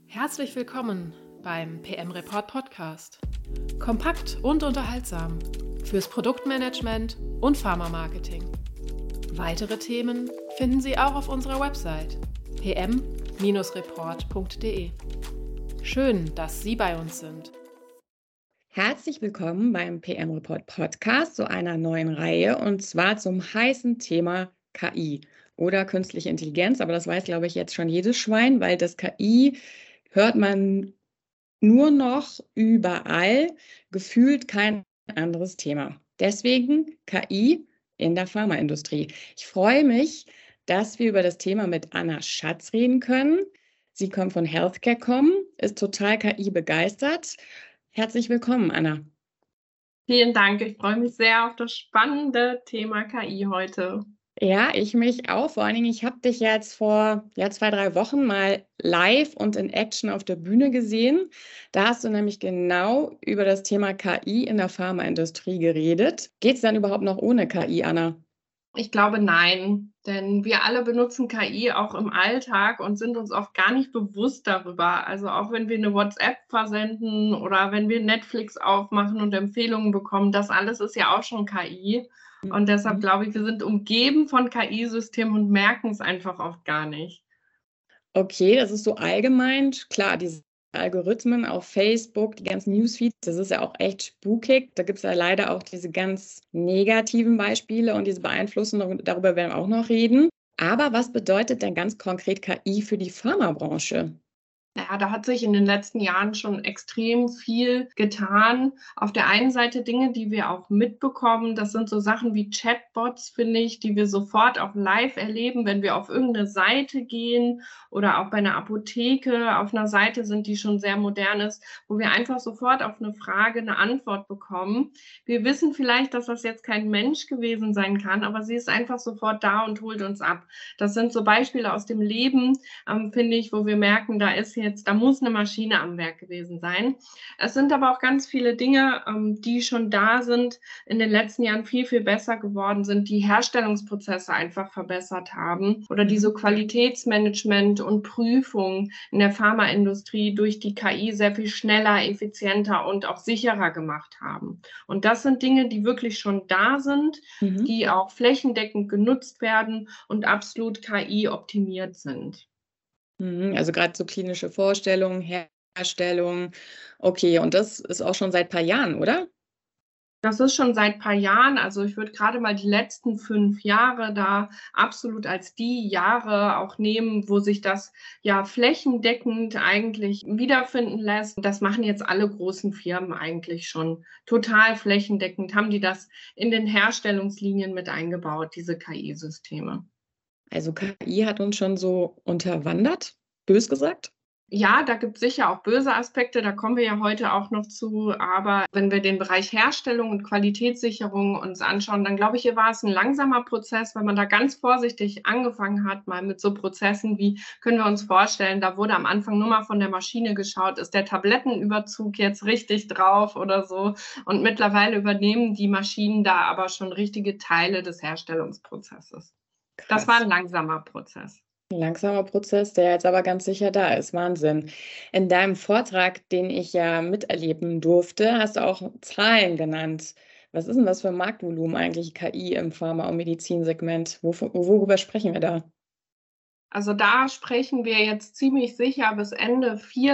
Herzlich willkommen beim PM Report Podcast. Kompakt und unterhaltsam fürs Produktmanagement und Pharma-Marketing. Weitere Themen finden Sie auch auf unserer Website pm-report.de. Schön, dass Sie bei uns sind. Herzlich willkommen beim PM Report Podcast zu einer neuen Reihe und zwar zum heißen Thema KI oder künstliche Intelligenz. Aber das weiß, glaube ich, jetzt schon jedes Schwein, weil das KI hört man nur noch überall, gefühlt kein anderes Thema. Deswegen KI in der Pharmaindustrie. Ich freue mich, dass wir über das Thema mit Anna Schatz reden können. Sie kommt von Healthcare.com, ist total KI begeistert. Herzlich willkommen, Anna. Vielen Dank. Ich freue mich sehr auf das spannende Thema KI heute. Ja, ich mich auch. Vor allen Dingen, ich habe dich jetzt vor 2, 3 Wochen mal live und in Action auf der Bühne gesehen. Da hast du nämlich genau über das Thema KI in der Pharmaindustrie geredet. Geht es dann überhaupt noch ohne KI, Anna? Ich glaube, nein, denn wir alle benutzen KI auch im Alltag und sind uns oft gar nicht bewusst darüber. Also auch wenn wir eine WhatsApp versenden oder wenn wir Netflix aufmachen und Empfehlungen bekommen, das alles ist ja auch schon KI. Und deshalb glaube ich, wir sind umgeben von KI-Systemen und merken es einfach oft gar nicht. Okay, das ist so allgemein. Klar, diese Algorithmen auf Facebook, die ganzen Newsfeeds, das ist ja auch echt spukig. Da gibt es ja leider auch diese ganz negativen Beispiele und diese Beeinflussung, darüber werden wir auch noch reden. Aber was bedeutet denn ganz konkret KI für die Pharmabranche? Ja, da hat sich in den letzten Jahren schon extrem viel getan. Auf der einen Seite Dinge, die wir auch mitbekommen, das sind so Sachen wie Chatbots, finde ich, die wir sofort auch live erleben, wenn wir auf irgendeine Seite gehen oder auch bei einer Apotheke auf einer Seite sind, die schon sehr modern ist, wo wir einfach sofort auf eine Frage eine Antwort bekommen. Wir wissen vielleicht, dass das jetzt kein Mensch gewesen sein kann, aber sie ist einfach sofort da und holt uns ab. Das sind so Beispiele aus dem Leben, finde ich, wo wir merken, da muss eine Maschine am Werk gewesen sein. Es sind aber auch ganz viele Dinge, die schon da sind, in den letzten Jahren viel, viel besser geworden sind, die Herstellungsprozesse einfach verbessert haben oder die so Qualitätsmanagement und Prüfung in der Pharmaindustrie durch die KI sehr viel schneller, effizienter und auch sicherer gemacht haben. Und das sind Dinge, die wirklich schon da sind, die auch flächendeckend genutzt werden und absolut KI-optimiert sind. Also gerade so klinische Vorstellungen, Herstellung. Okay, und das ist auch schon seit ein paar Jahren, oder? Das ist schon seit ein paar Jahren. Also ich würde gerade mal die letzten 5 Jahre da absolut als die Jahre auch nehmen, wo sich das ja flächendeckend eigentlich wiederfinden lässt. Das machen jetzt alle großen Firmen eigentlich schon total flächendeckend, haben die das in den Herstellungslinien mit eingebaut, diese KI-Systeme. Also KI hat uns schon so unterwandert, bös gesagt. Ja, da gibt es sicher auch böse Aspekte, da kommen wir ja heute auch noch zu. Aber wenn wir den Bereich Herstellung und Qualitätssicherung uns anschauen, dann glaube ich, hier war es ein langsamer Prozess, weil man da ganz vorsichtig angefangen hat, mal mit so Prozessen wie, können wir uns vorstellen, da wurde am Anfang nur mal von der Maschine geschaut, ist der Tablettenüberzug jetzt richtig drauf oder so. Und mittlerweile übernehmen die Maschinen da aber schon richtige Teile des Herstellungsprozesses. Krass. Das war ein langsamer Prozess. Ein langsamer Prozess, der jetzt aber ganz sicher da ist. Wahnsinn. In deinem Vortrag, den ich ja miterleben durfte, hast du auch Zahlen genannt. Was ist denn das für ein Marktvolumen eigentlich, KI im Pharma- und Medizinsegment? Worüber sprechen wir da? Also da sprechen wir jetzt ziemlich sicher bis Ende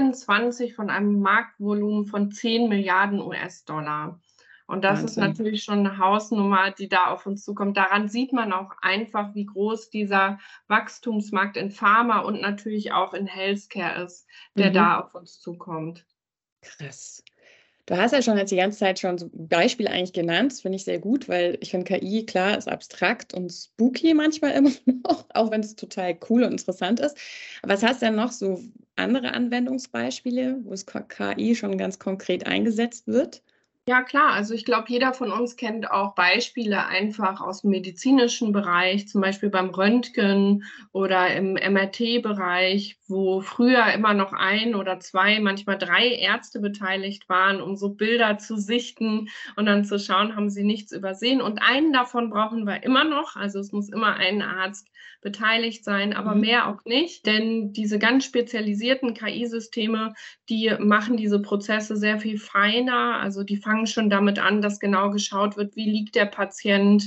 2024 von einem Marktvolumen von 10 Milliarden US-Dollar. Und das ist Wahnsinn. natürlich schon eine Hausnummer, die da auf uns zukommt. Daran sieht man auch einfach, wie groß dieser Wachstumsmarkt in Pharma und natürlich auch in Healthcare ist, der da auf uns zukommt. Krass. Du hast ja schon jetzt die ganze Zeit schon so Beispiele eigentlich genannt. Das finde ich sehr gut, weil ich finde KI, klar, ist abstrakt und spooky manchmal immer noch, auch wenn es total cool und interessant ist. Aber was hast du denn noch so andere Anwendungsbeispiele, wo es KI schon ganz konkret eingesetzt wird? Ja, klar. Also ich glaube, jeder von uns kennt auch Beispiele einfach aus dem medizinischen Bereich, zum Beispiel beim Röntgen oder im MRT-Bereich, wo früher immer noch 1 oder 2, manchmal 3 Ärzte beteiligt waren, um so Bilder zu sichten und dann zu schauen, haben sie nichts übersehen. Und einen davon brauchen wir immer noch. Also es muss immer ein Arzt beteiligt sein, aber mehr auch nicht. Denn diese ganz spezialisierten KI-Systeme, die machen diese Prozesse sehr viel feiner. Also die fangen schon damit an, dass genau geschaut wird, wie liegt der Patient,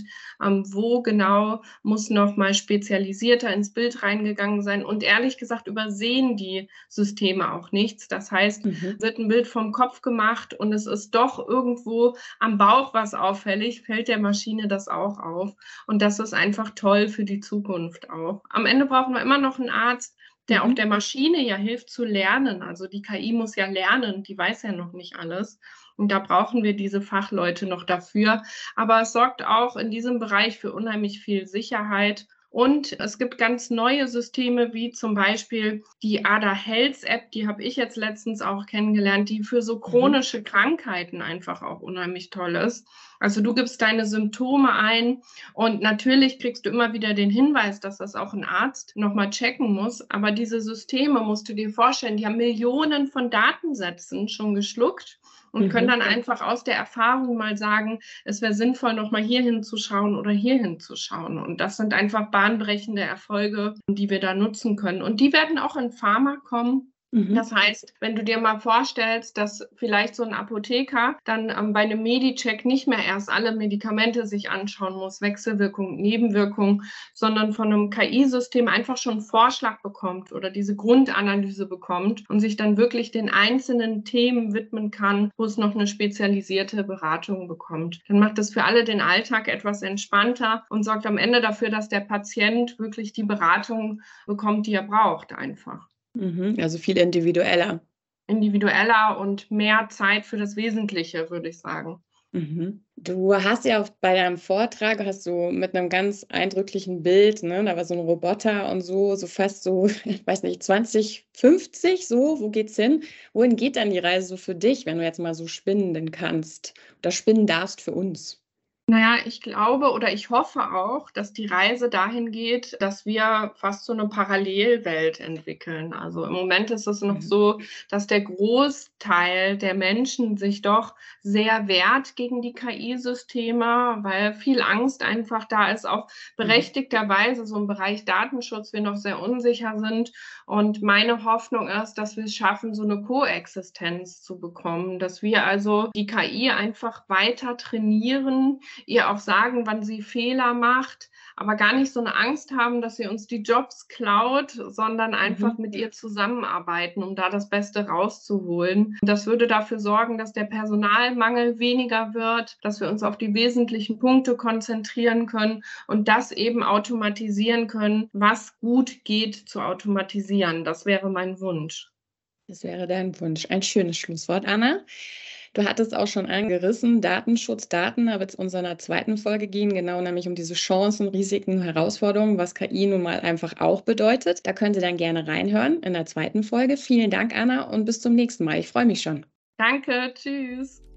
wo genau muss noch mal spezialisierter ins Bild reingegangen sein. Und ehrlich gesagt übersehen die Systeme auch nichts. Das heißt, wird ein Bild vom Kopf gemacht und es ist doch irgendwo am Bauch was auffällig, fällt der Maschine das auch auf. Und das ist einfach toll für die Zukunft auch. Am Ende brauchen wir immer noch einen Arzt, der auch der Maschine ja hilft zu lernen. Also die KI muss ja lernen, die weiß ja noch nicht alles. Und da brauchen wir diese Fachleute noch dafür. Aber es sorgt auch in diesem Bereich für unheimlich viel Sicherheit. Und es gibt ganz neue Systeme, wie zum Beispiel die Ada Health App, die habe ich jetzt letztens auch kennengelernt, die für so chronische Krankheiten einfach auch unheimlich toll ist. Also du gibst deine Symptome ein und natürlich kriegst du immer wieder den Hinweis, dass das auch ein Arzt nochmal checken muss. Aber diese Systeme, musst du dir vorstellen, die haben Millionen von Datensätzen schon geschluckt und können dann einfach aus der Erfahrung mal sagen, es wäre sinnvoll, nochmal hier hinzuschauen oder hier hinzuschauen. Und das sind einfach bahnbrechende Erfolge, die wir da nutzen können. Und die werden auch in Pharma kommen. Das heißt, wenn du dir mal vorstellst, dass vielleicht so ein Apotheker dann bei einem Medicheck nicht mehr erst alle Medikamente sich anschauen muss, Wechselwirkung, Nebenwirkung, sondern von einem KI-System einfach schon einen Vorschlag bekommt oder diese Grundanalyse bekommt und sich dann wirklich den einzelnen Themen widmen kann, wo es noch eine spezialisierte Beratung bekommt. Dann macht das für alle den Alltag etwas entspannter und sorgt am Ende dafür, dass der Patient wirklich die Beratung bekommt, die er braucht einfach. Also viel individueller. Individueller und mehr Zeit für das Wesentliche, würde ich sagen. Du hast ja bei deinem Vortrag hast du mit einem ganz eindrücklichen Bild, ne, da war so ein Roboter und so fast so, ich weiß nicht, 2050, so, wo geht's hin? Wohin geht dann die Reise so für dich, wenn du jetzt mal so spinnen kannst oder spinnen darfst für uns? Naja, ich glaube oder ich hoffe auch, dass die Reise dahin geht, dass wir fast so eine Parallelwelt entwickeln. Also im Moment ist es noch so, dass der Großteil der Menschen sich doch sehr wehrt gegen die KI-Systeme, weil viel Angst einfach da ist, auch berechtigterweise so im Bereich Datenschutz wir noch sehr unsicher sind. Und meine Hoffnung ist, dass wir es schaffen, so eine Koexistenz zu bekommen, dass wir also die KI einfach weiter trainieren, ihr auch sagen, wann sie Fehler macht, aber gar nicht so eine Angst haben, dass sie uns die Jobs klaut, sondern einfach mit ihr zusammenarbeiten, um da das Beste rauszuholen. Das würde dafür sorgen, dass der Personalmangel weniger wird, dass wir uns auf die wesentlichen Punkte konzentrieren können und das eben automatisieren können, was gut geht zu automatisieren. Das wäre mein Wunsch. Das wäre dein Wunsch. Ein schönes Schlusswort, Anna. Du hattest auch schon angerissen, Datenschutz, Daten, da wird es in unserer zweiten Folge gehen, genau nämlich um diese Chancen, Risiken, Herausforderungen, was KI nun mal einfach auch bedeutet. Da könnt ihr dann gerne reinhören in der zweiten Folge. Vielen Dank, Anna, und bis zum nächsten Mal. Ich freue mich schon. Danke, tschüss.